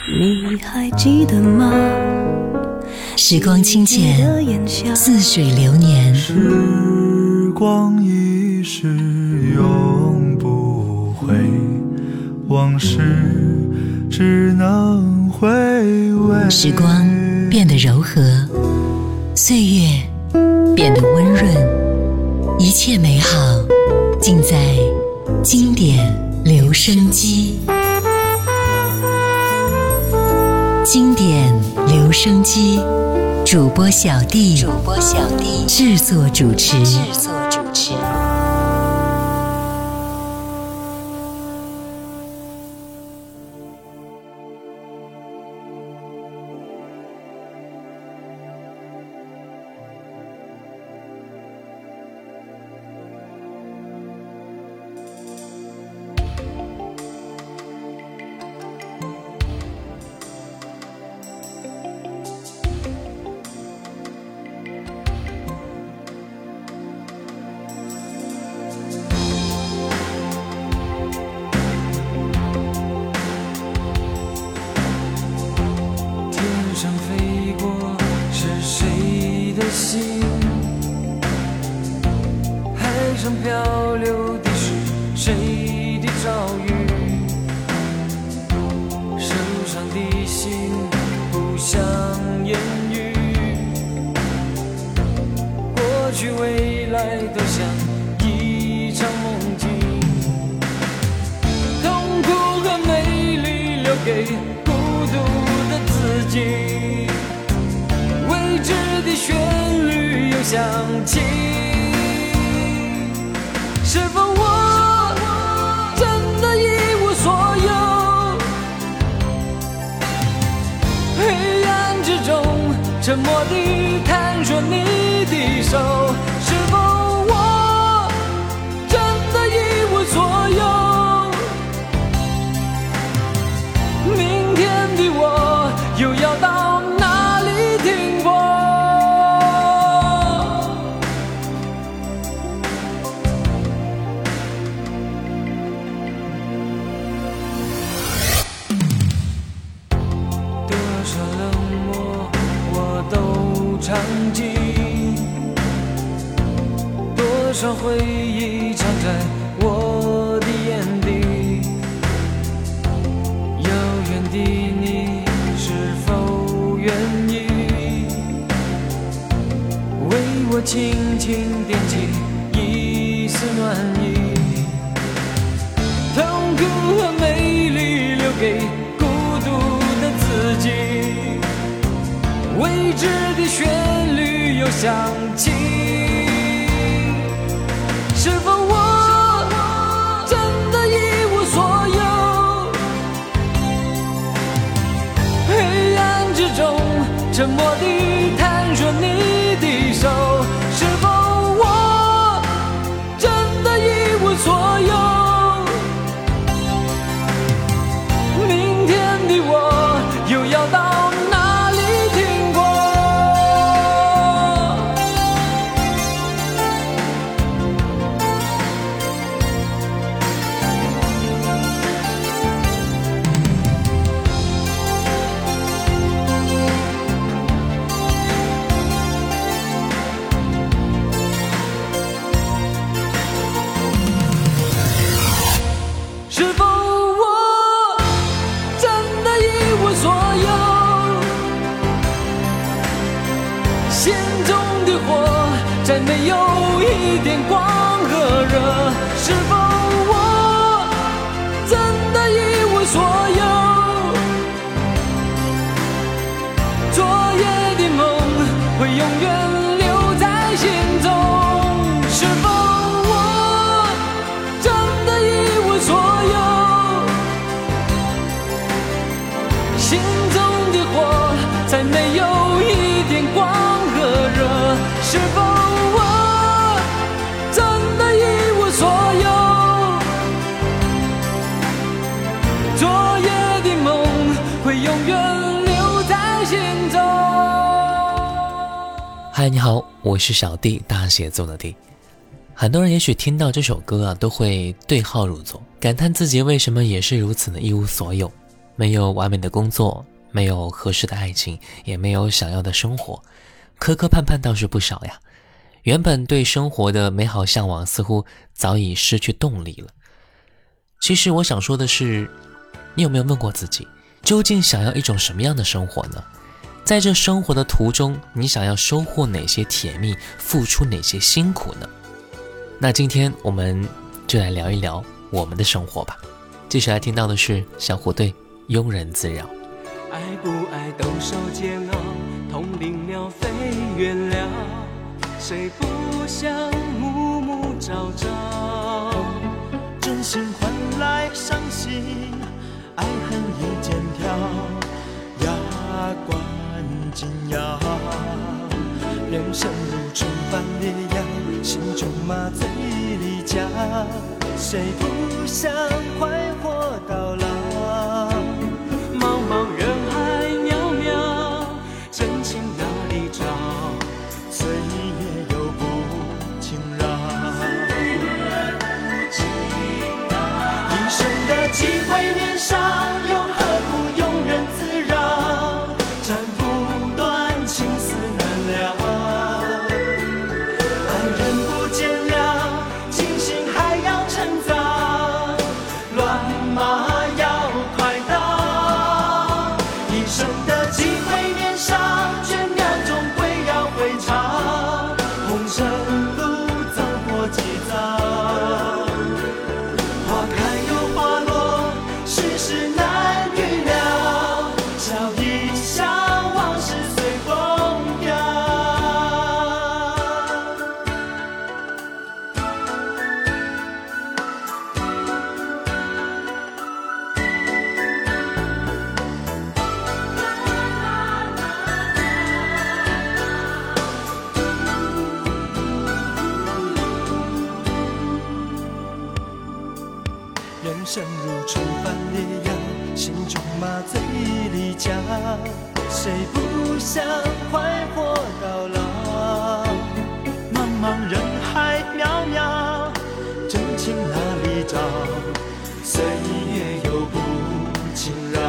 你还记得吗？ 时光清浅，似水流年。 时光一逝永不回，往事只能回味。 时光变得柔和，岁月变得温润，一切美好尽在经典留声机。经典留声机，主播小弟制作主持。 漂流的是谁的遭遇？受伤的心不想言语，过去未来都像一场梦境，痛苦和美丽留给孤独的自己，未知的旋律又响起。是否我真的一无所有？黑暗之中沉默地探索你的手，是否我真的一无所有？明天的我又要到哪里停泊？场景，多少回忆藏在我的眼底，遥远的你是否愿意为我轻轻点起一丝暖意？痛苦和美丽留给孤独的自己，未知的旋律又响起，是否我真的一无所有？黑暗之中沉默地探索你的手，是否我真的一无所有？明天的我又要到哪里停泊？是否我真的一无所有？心中的火再没有一点光和热，是否我真的一无所有？昨夜的梦会永远留在心中，是否我真的一无所有？心中的火再没有一点光和热，是否我真的一无所有？昨夜的梦会永远留在心中。 嗨，你好，我是小弟，大写字的弟。很多人也许听到这首歌都会对号入座，感叹自己为什么也是如此的一无所有。 没有完美的工作，没有合适的爱情，也没有想要的生活，磕磕绊绊倒是不少呀。原本对生活的美好向往似乎早已失去动力了。其实我想说的是，你有没有问过自己，究竟想要一种什么样的生活呢？在这生活的途中，你想要收获哪些甜蜜，付出哪些辛苦呢？那今天我们就来聊一聊我们的生活吧。接下来听到的是小虎队庸人自扰。 爱不爱都受煎熬，同林鸟飞远了，谁不想暮暮朝朝？ 真心换来伤心，爱恨一肩挑，牙关紧咬。人生如重返烈阳，心中麻醉离家，谁不想快活到老？ 茫茫人海渺渺，真情哪里找？ 岁月又不轻饶， 一生的机会年少，又何苦庸人自扰？斩不断，情丝难了，爱人不见了，惊醒还要趁早，乱马要快到。一生的机会年少，倦鸟终归要回巢，红尘路走过几遭。花开又花落，世事难预料，笑一笑，往事随风飘。 人生如重返烈阳，心中麻醉离家，谁不想快活到老？茫茫人海渺渺，真情哪里找？岁月又不轻饶，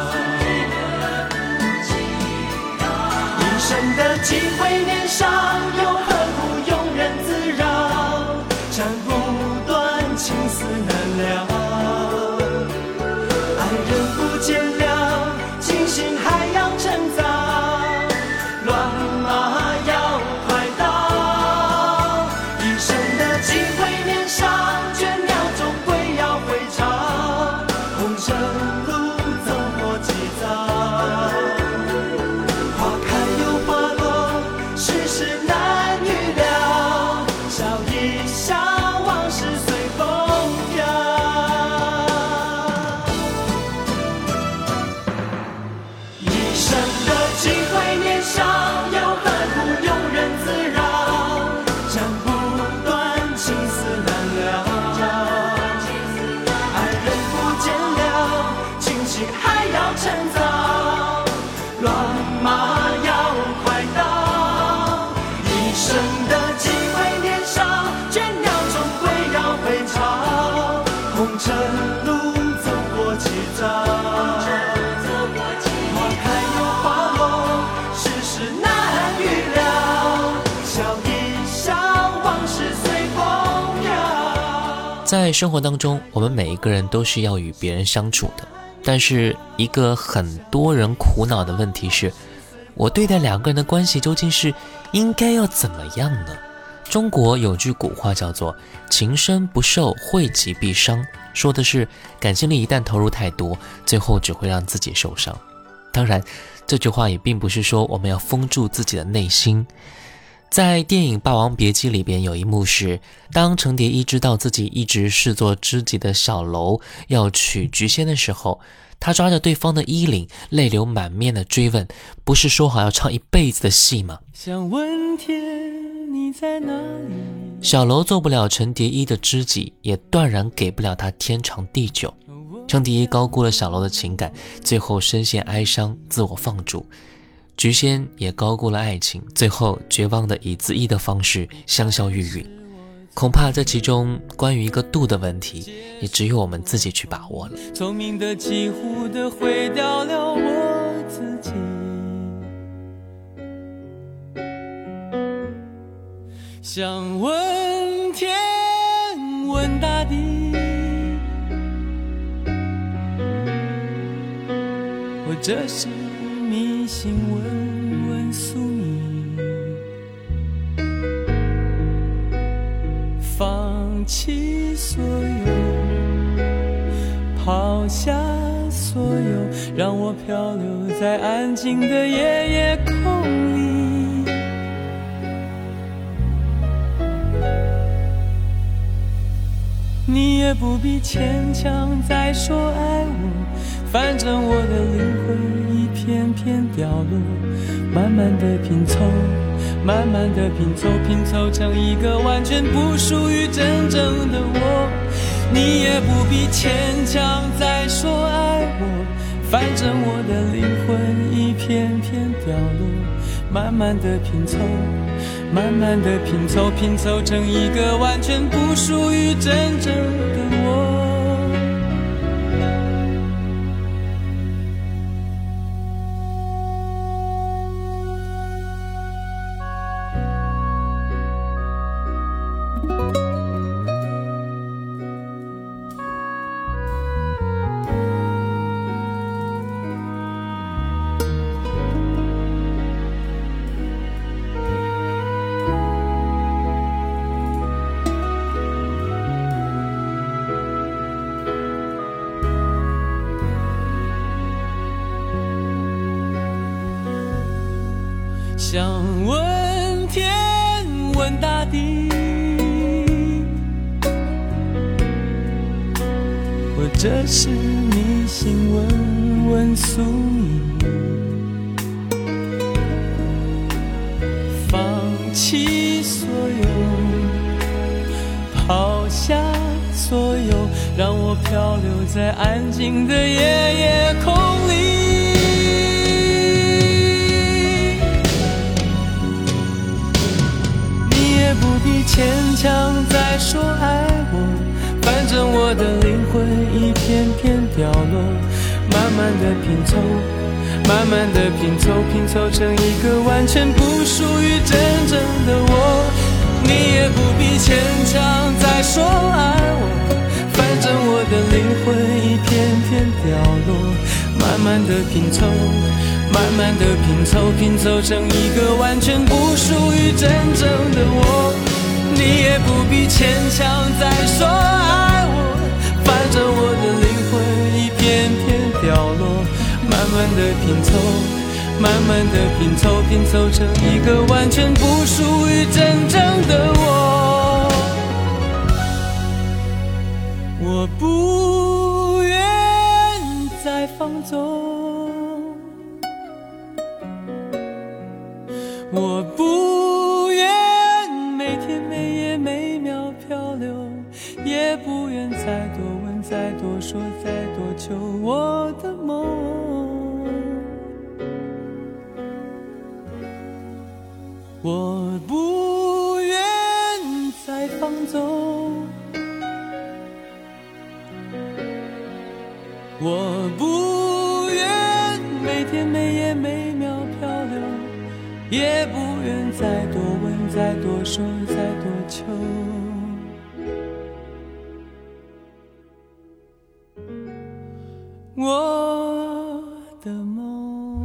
一生的机会年少，又何苦庸人自扰？斩不断，情丝难了，爱人不见了，惊醒还要趁早，乱马要快到。一生的机会年少，倦鸟终归要回巢，红尘路走过几遭。花开又花落，世事难预料，笑一笑，往事随风飘。一生的机会年少，又何苦庸人自扰？斩不断，情丝难了，爱人不见了，惊醒还要趁早，乱马要快到。一生的机会年少，倦鸟终归要回巢，红尘路走过几遭。花开又花落，世事难预料，笑一笑，往事随风飘。 在生活当中，我们每一个人都是要与别人相处的，但是一个很多人苦恼的问题是，我对待两个人的关系究竟是应该要怎么样呢？中国有句古话叫做情深不寿，惠及必伤，说的是感情里一旦投入太多，最后只会让自己受伤。当然，这句话也并不是说我们要封住自己的内心。在电影《霸王别姬》里边有一幕是，当程蝶衣知道自己一直视作知己的小楼要娶菊仙的时候，他抓着对方的衣领，泪流满面的追问，不是说好要唱一辈子的戏吗？ 想问天你在哪里？ 小楼做不了程蝶衣的知己，也断然给不了他天长地久。程蝶衣高估了小楼的情感，最后深陷哀伤，自我放逐。菊仙也高估了爱情，最后绝望的以自缢的方式香消玉殒。 恐怕这其中关于一个度的问题，也只有我们自己去把握了。 聪明的几乎的毁掉了我自己，想问天问大地，或者是迷信问问宿命，放弃所有，抛下所有，让我漂流在安静的夜夜空里。你也不必牵强再说爱我，反正我的灵魂一片片掉落，慢慢的拼凑，慢慢的拼凑，拼凑成一个完全不属于真正的我。你也不必牵强再说爱我，反正我的灵魂一片片掉落，慢慢的拼凑，慢慢的拼凑，拼凑成一个完全不属于真正的我。想问天问大地，或者是迷信问问宿命，放弃所有，抛下所有，让我漂流在安静的夜夜空里。不必牵强再说爱我，反正我的灵魂一片片掉落，慢慢的拼凑，慢慢的拼凑，拼凑成一个完全不属于真正的我。你也不必牵强再说爱我，反正我的灵魂一片片掉落，慢慢的拼凑，慢慢的拼凑，拼凑成一个完全不属于真正的我。你也不必牵强再说爱我，反正我的灵魂一片片掉落，慢慢的拼凑，慢慢的拼凑，拼凑成一个完全不属于真正的我。我不愿再放纵，我不愿每天每夜每秒漂流，也不愿再多问再多说再多求我的梦。我不愿再放纵，我不愿每天每夜每秒漂流，也不愿再多问再多说再多求我的梦。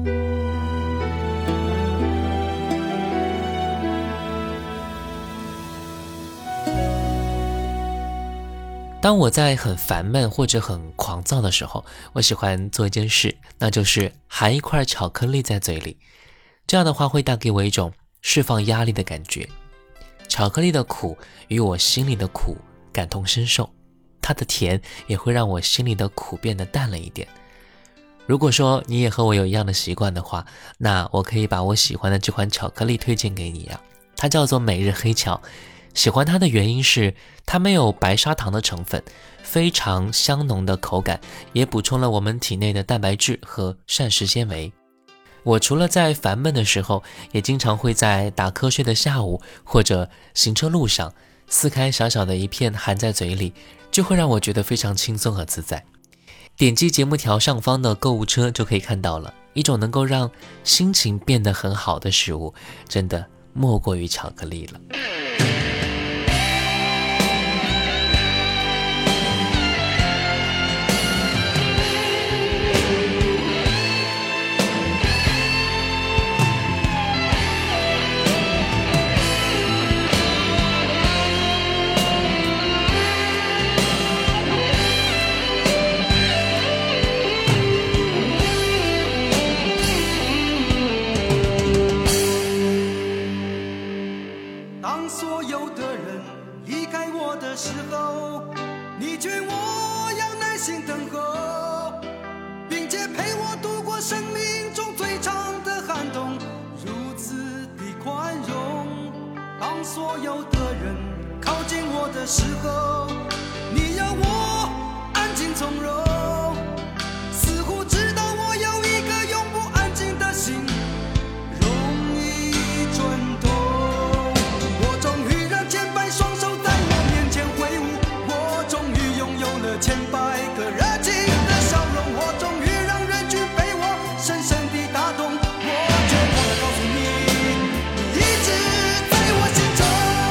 当我在很烦闷或者很狂躁的时候，我喜欢做一件事，那就是含一块巧克力在嘴里。这样的话会带给我一种释放压力的感觉。巧克力的苦与我心里的苦感同身受，它的甜也会让我心里的苦变得淡了一点。如果说你也和我有一样的习惯的话，那我可以把我喜欢的这款巧克力推荐给你啊，它叫做每日黑巧。喜欢它的原因是它没有白砂糖的成分，非常香浓的口感，也补充了我们体内的蛋白质和膳食纤维。我除了在烦闷的时候，也经常会在打瞌睡的下午或者行车路上撕开小小的一片含在嘴里，就会让我觉得非常轻松和自在。点击节目条上方的购物车就可以看到了，一种能够让心情变得很好的食物，真的莫过于巧克力了。 所有的人靠近我的时候，你要我安静从容，似乎知道我有一个永不安静的心，容易转动。我终于让千百双手在我面前挥舞，我终于拥有了千百个热情的笑容，我终于让人群被我深深地打动。我绝望地告诉你，你一直在我心中。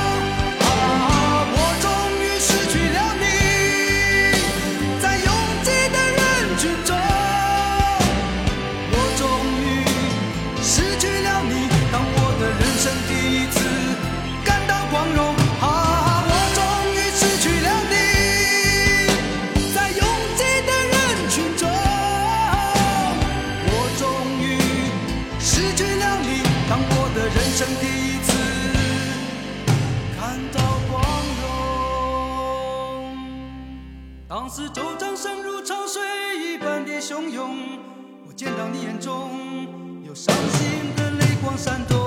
当时周掌声如潮水一般的汹涌，我见到你眼中有伤心的泪光闪动。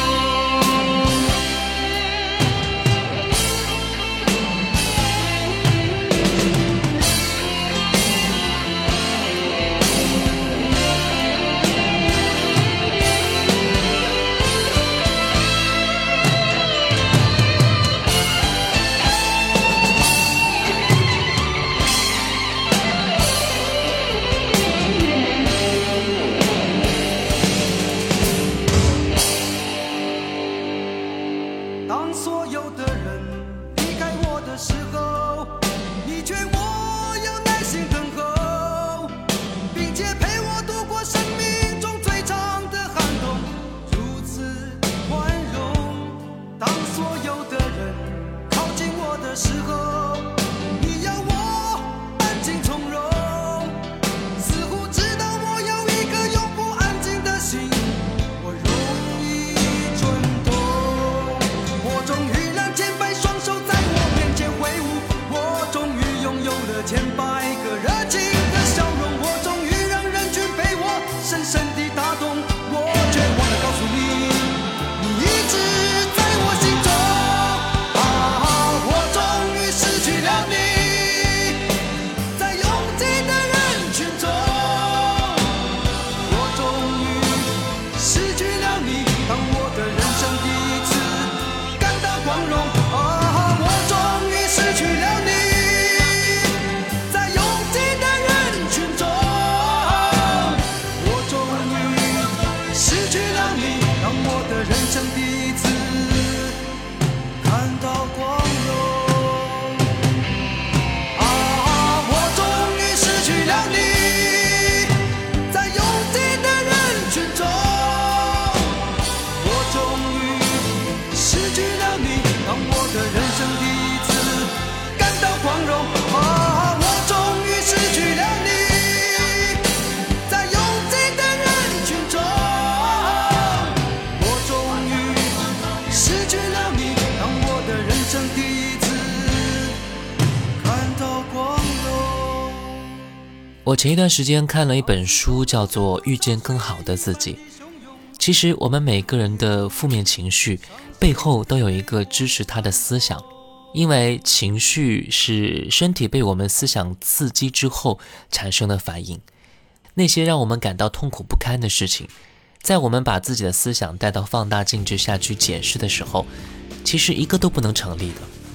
我前一段时间看了一本书，叫做《遇见更好的自己》。其实我们每个人的负面情绪背后都有一个支持它的思想，因为情绪是身体被我们思想刺激之后产生的反应。那些让我们感到痛苦不堪的事情，在我们把自己的思想带到放大镜之下去检视的时候，其实一个都不能成立的。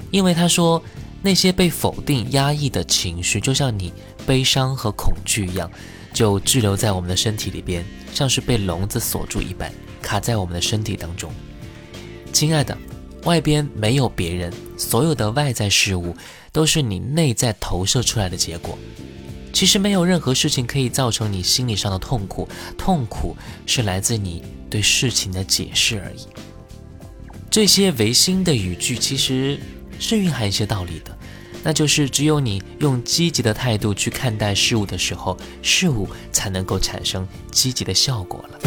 因为他说那些被否定压抑的情绪就像你悲伤和恐惧一样，就滞留在我们的身体里边，像是被笼子锁住一般，卡在我们的身体当中。亲爱的，外边没有别人，所有的外在事物都是你内在投射出来的结果。其实没有任何事情可以造成你心理上的痛苦，痛苦是来自你对事情的解释而已。这些唯心的语句其实是蕴含一些道理的，那就是只有你用积极的态度去看待事物的时候，事物才能够产生积极的效果了。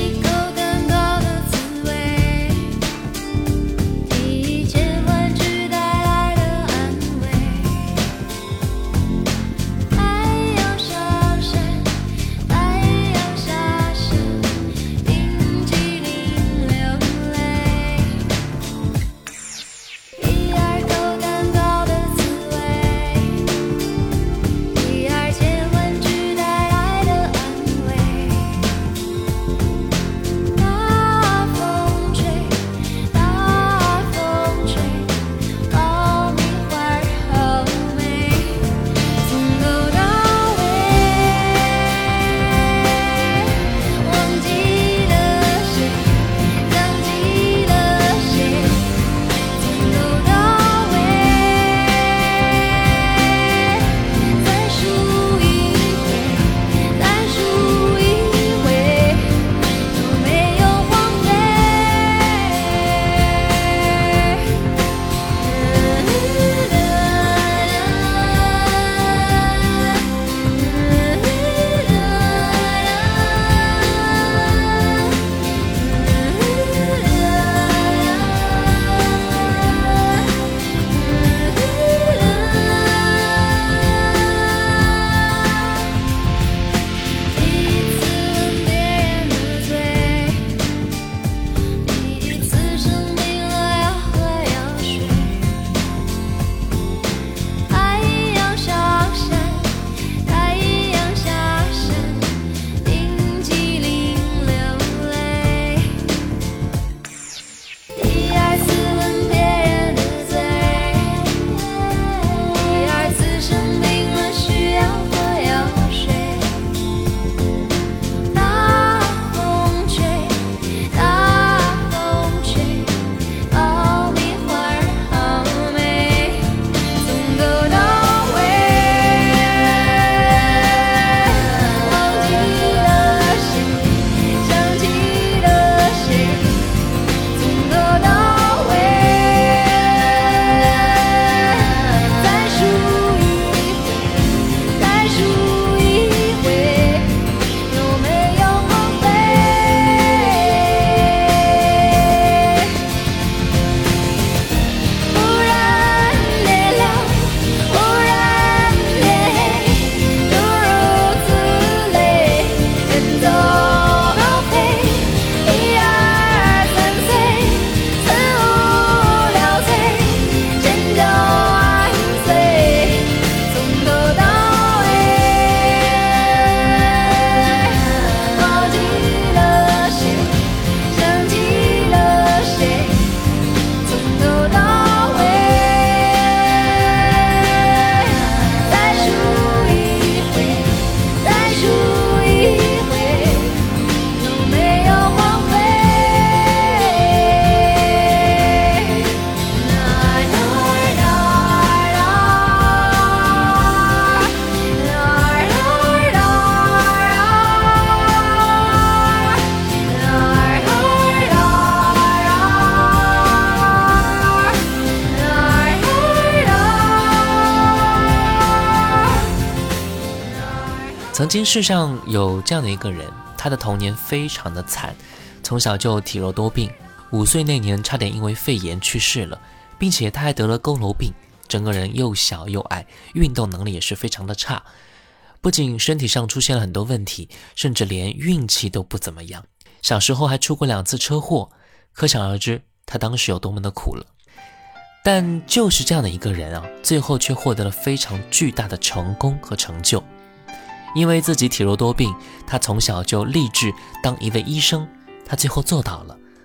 曾经世上有这样的一个人，他的童年非常的惨，从小就体弱多病，5岁那年差点因为肺炎去世了，并且他还得了佝偻病，整个人又小又矮，运动能力也是非常的差，不仅身体上出现了很多问题，甚至连运气都不怎么样，小时候还出过2次车祸，可想而知他当时有多么的苦了。但就是这样的一个人啊，最后却获得了非常巨大的成功和成就。因为自己体弱多病，他从小就立志当一位医生，他最后做到了，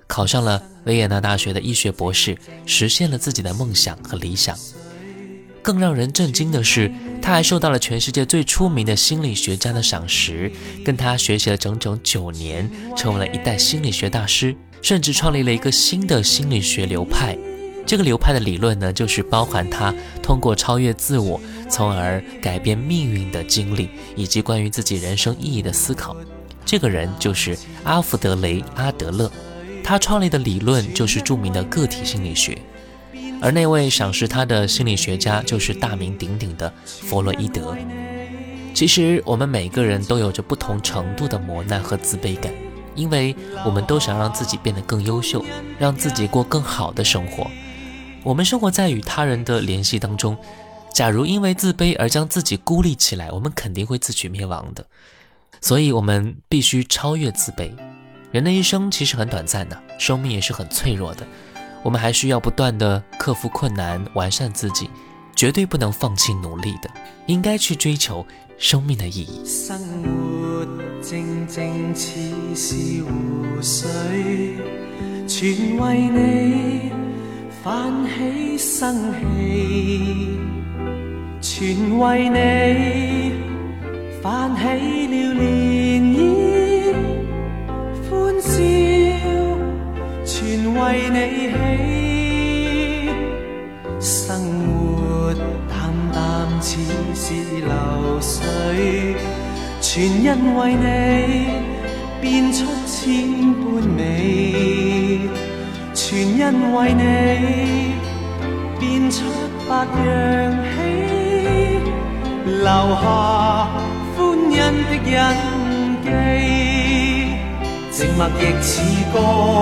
考上了维也纳大学的医学博士，实现了自己的梦想和理想。更让人震惊的是，他还受到了全世界最出名的心理学家的赏识，跟他学习了整整9年，成为了一代心理学大师，甚至创立了一个新的心理学流派。这个流派的理论呢，就是包含他通过超越自我，从而改变命运的经历，以及关于自己人生意义的思考。这个人就是阿弗德雷·阿德勒，他创立的理论就是著名的个体心理学。而那位赏识他的心理学家就是大名鼎鼎的弗洛伊德。其实我们每个人都有着不同程度的磨难和自卑感，因为我们都想让自己变得更优秀，让自己过更好的生活。我们生活在与他人的联系当中，假如因为自卑而将自己孤立起来，我们肯定会自取灭亡的。所以我们必须超越自卑。人的一生其实很短暂的，生命也是很脆弱的，我们还需要不断地克服困难，完善自己，绝对不能放弃努力的，应该去追求生命的意义。 生活靜靜似是湖水，全為你泛起生氣，全為你泛起了漣漪，歡笑全為你起，生活淡淡似是流水，全因為你變出千般美，全因為你變出百樣喜，留下歡欣的印記，靜默亦似歌，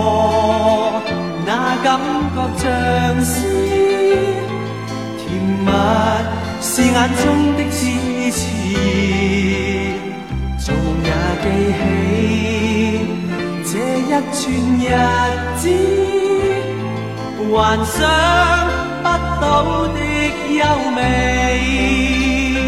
那感覺像詩，甜蜜是眼中的痴痴，做夢也記起這一串日子，幻想不到的優美。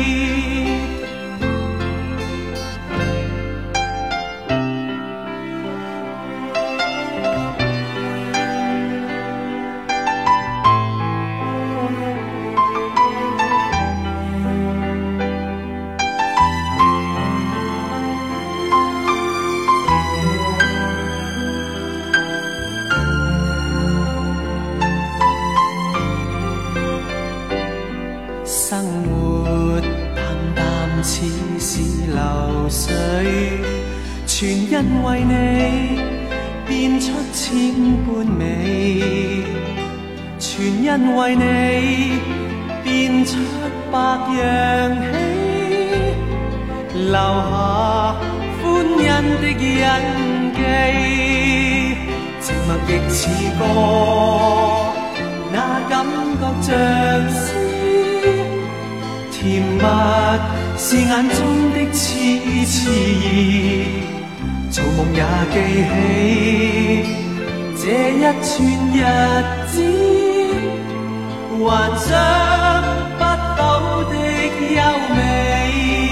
生活淡淡似是流水，全因為你變出千般美，全因為你變出百樣喜，留下歡欣的印記，靜默亦似歌，那感覺像詩，甜蜜是眼中的痴痴，做夢也記起這一串日子，幻想不到的優美。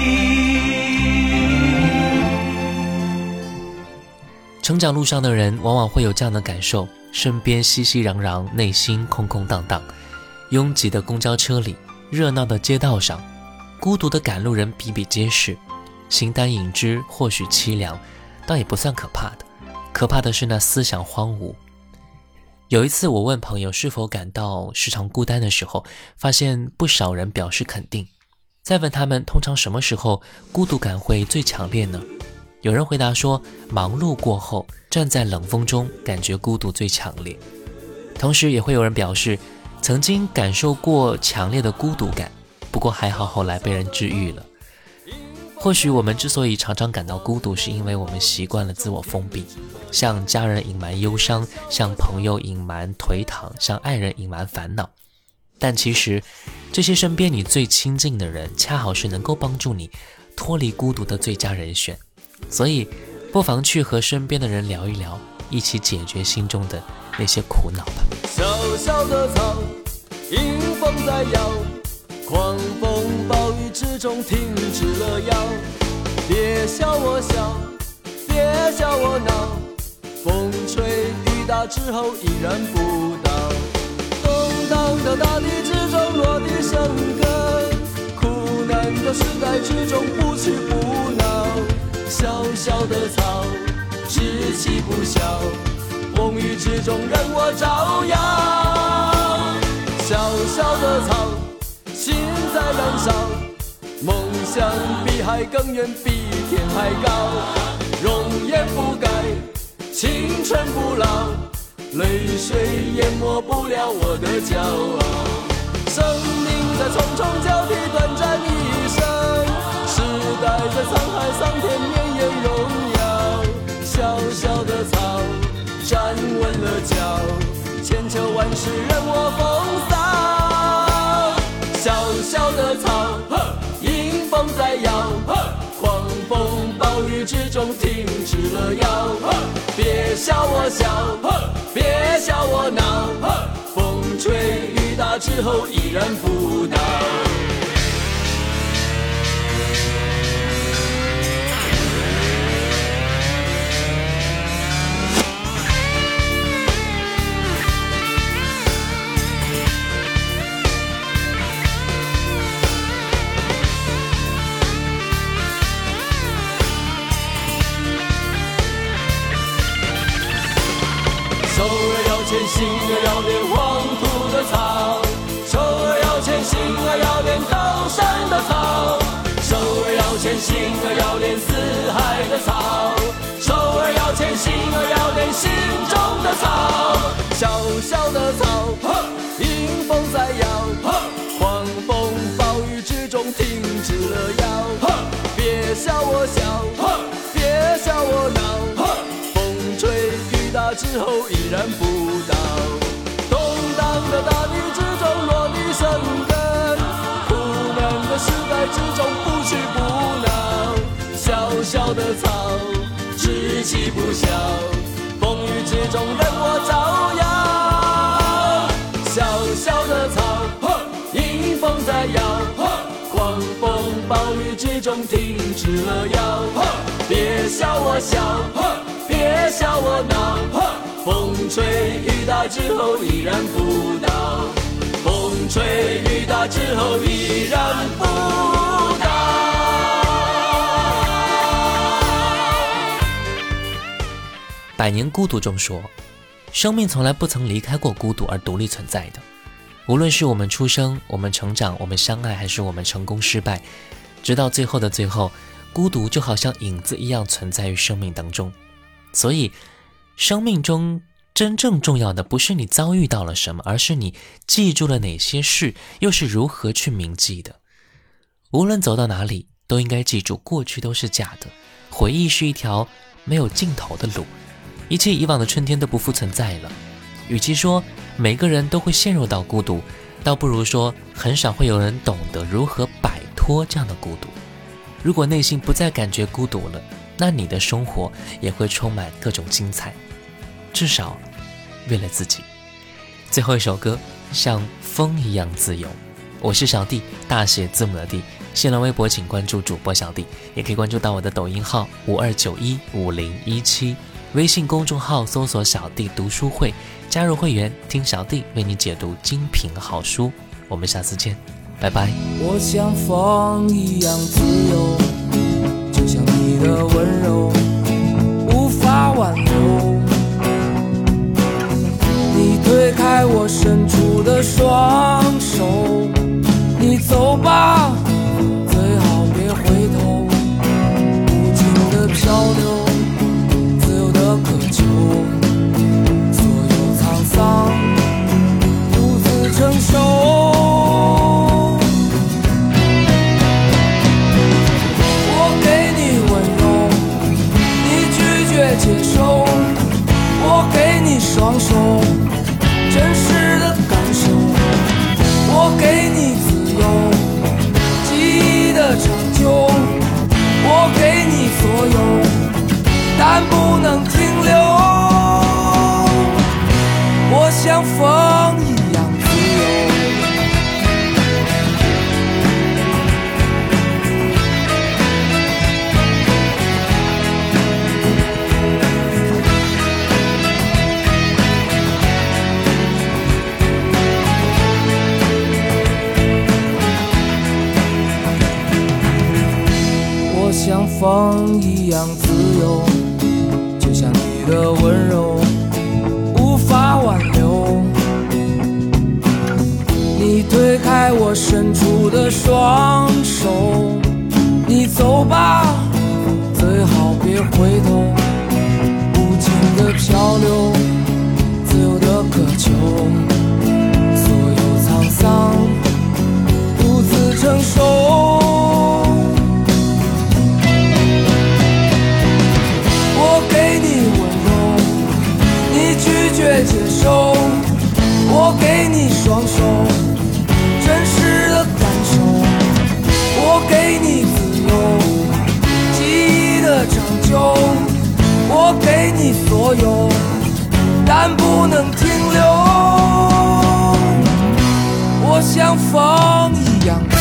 成長路上的人往往會有這樣的感受，身邊熙熙攘攘，內心空空蕩蕩，擁擠的公交車裡，熱鬧的街道上，孤獨的趕路人比比皆是，形單影隻或許凄涼，倒也不算可怕的，可怕的是那思想荒蕪。有一次我問朋友是否感到時常孤單的時候，發現不少人表示肯定。再問他們通常什麼時候孤獨感會最強烈呢？有人回答說，忙碌過後，站在冷風中，感覺孤獨最強烈。同時也會有人表示，曾經感受過強烈的孤獨感，不過還好後來被人治癒了。或許我們之所以常常感到孤獨，是因為我們習慣了自我封閉，向家人隱瞞憂傷，向朋友隱瞞頹唐，向愛人隱瞞煩惱。但其實這些身邊你最親近的人，恰好是能夠幫助你脫離孤獨的最佳人選。所以不妨去和身邊的人聊一聊，一起解決心中的那些苦惱吧。 小小的草，迎風在搖，狂風暴雨之中停止了搖，別笑我笑，別笑我鬧，風吹雨打大之后依然不倒。动荡的大地之中落地生根，苦难的时代之中不屈不挠。小小的草，志气不小，风雨之中任我照耀。小小的草，心在燃烧，梦想比海更远，比天还高。容颜不改，青春不老，泪水淹没不了我的骄傲。生命在重重交替，短暂一生，时代在沧海桑田，绵延荣耀。小小的草，站稳了脚，千秋万世任我风骚。小小的草，迎风在摇，狂风暴雨之中停止了摇。别笑我笑，别笑我闹，风吹雨打之后依然不倒。手儿要牵，心儿要连，黄土的草；手儿要牵，心儿要连，高山的草；手儿要牵，心儿要连，四海的草；手儿要牵，心儿要连，心中的草。小小的草，迎风在摇，狂风暴雨之中停止了摇。别笑我笑，别笑我闹，风吹雨打之后依然不倒。动荡的大地之中落地生根，苦难的时代之中不屈不挠。小小的草，志气不小，风雨之中任我照耀。小小的草，迎风在摇，狂风暴雨之中停止了摇。别笑我笑，别笑我闹，风吹雨打之后依然不倒，风吹雨打之后依然不倒。 百年孤独中说，生命从来不曾离开过孤独而独立存在的。无论是我们出生，我们成长，我们相爱，还是我们成功失败，直到最后的最后，孤独就好像影子一样存在于生命当中。所以生命中真正重要的不是你遭遇到了什么，而是你记住了哪些事，又是如何去铭记的。无论走到哪里，都应该记住过去都是假的，回忆是一条没有尽头的路，一切以往的春天都不复存在了。与其说每个人都会陷入到孤独，倒不如说很少会有人懂得如何摆脱这样的孤独。如果内心不再感觉孤独了，那你的生活也会充满各种精彩，至少为了自己。最后一首歌，像风一样自由。我是小弟，大写字母的弟。新浪微博请关注主播小弟，也可以关注到我的抖音号52915017，微信公众号搜索小弟读书会，加入会员听小弟为你解读精品好书。我们下次见，拜拜。 我像风一样自由，就像你的温柔无法挽留。你推开我伸出的双手，你走吧，最好别回头。无尽的漂流，自由的渴求，所有沧桑独自承受。接受，我给你双手，真实的感受，我给你自由，记忆的长久，我给你所有，但不能停留。我像风一样自由。 风一样自由，就像你的温柔无法挽留。你推开我伸出的双手，你走吧，最好别回头。无尽的漂流，自由的渴求，所有沧桑独自承受。我给你温柔，你拒绝接受，我给你双手，真实的感受，我给你自由，记忆的长久，我给你所有，但不能停留。我像风一样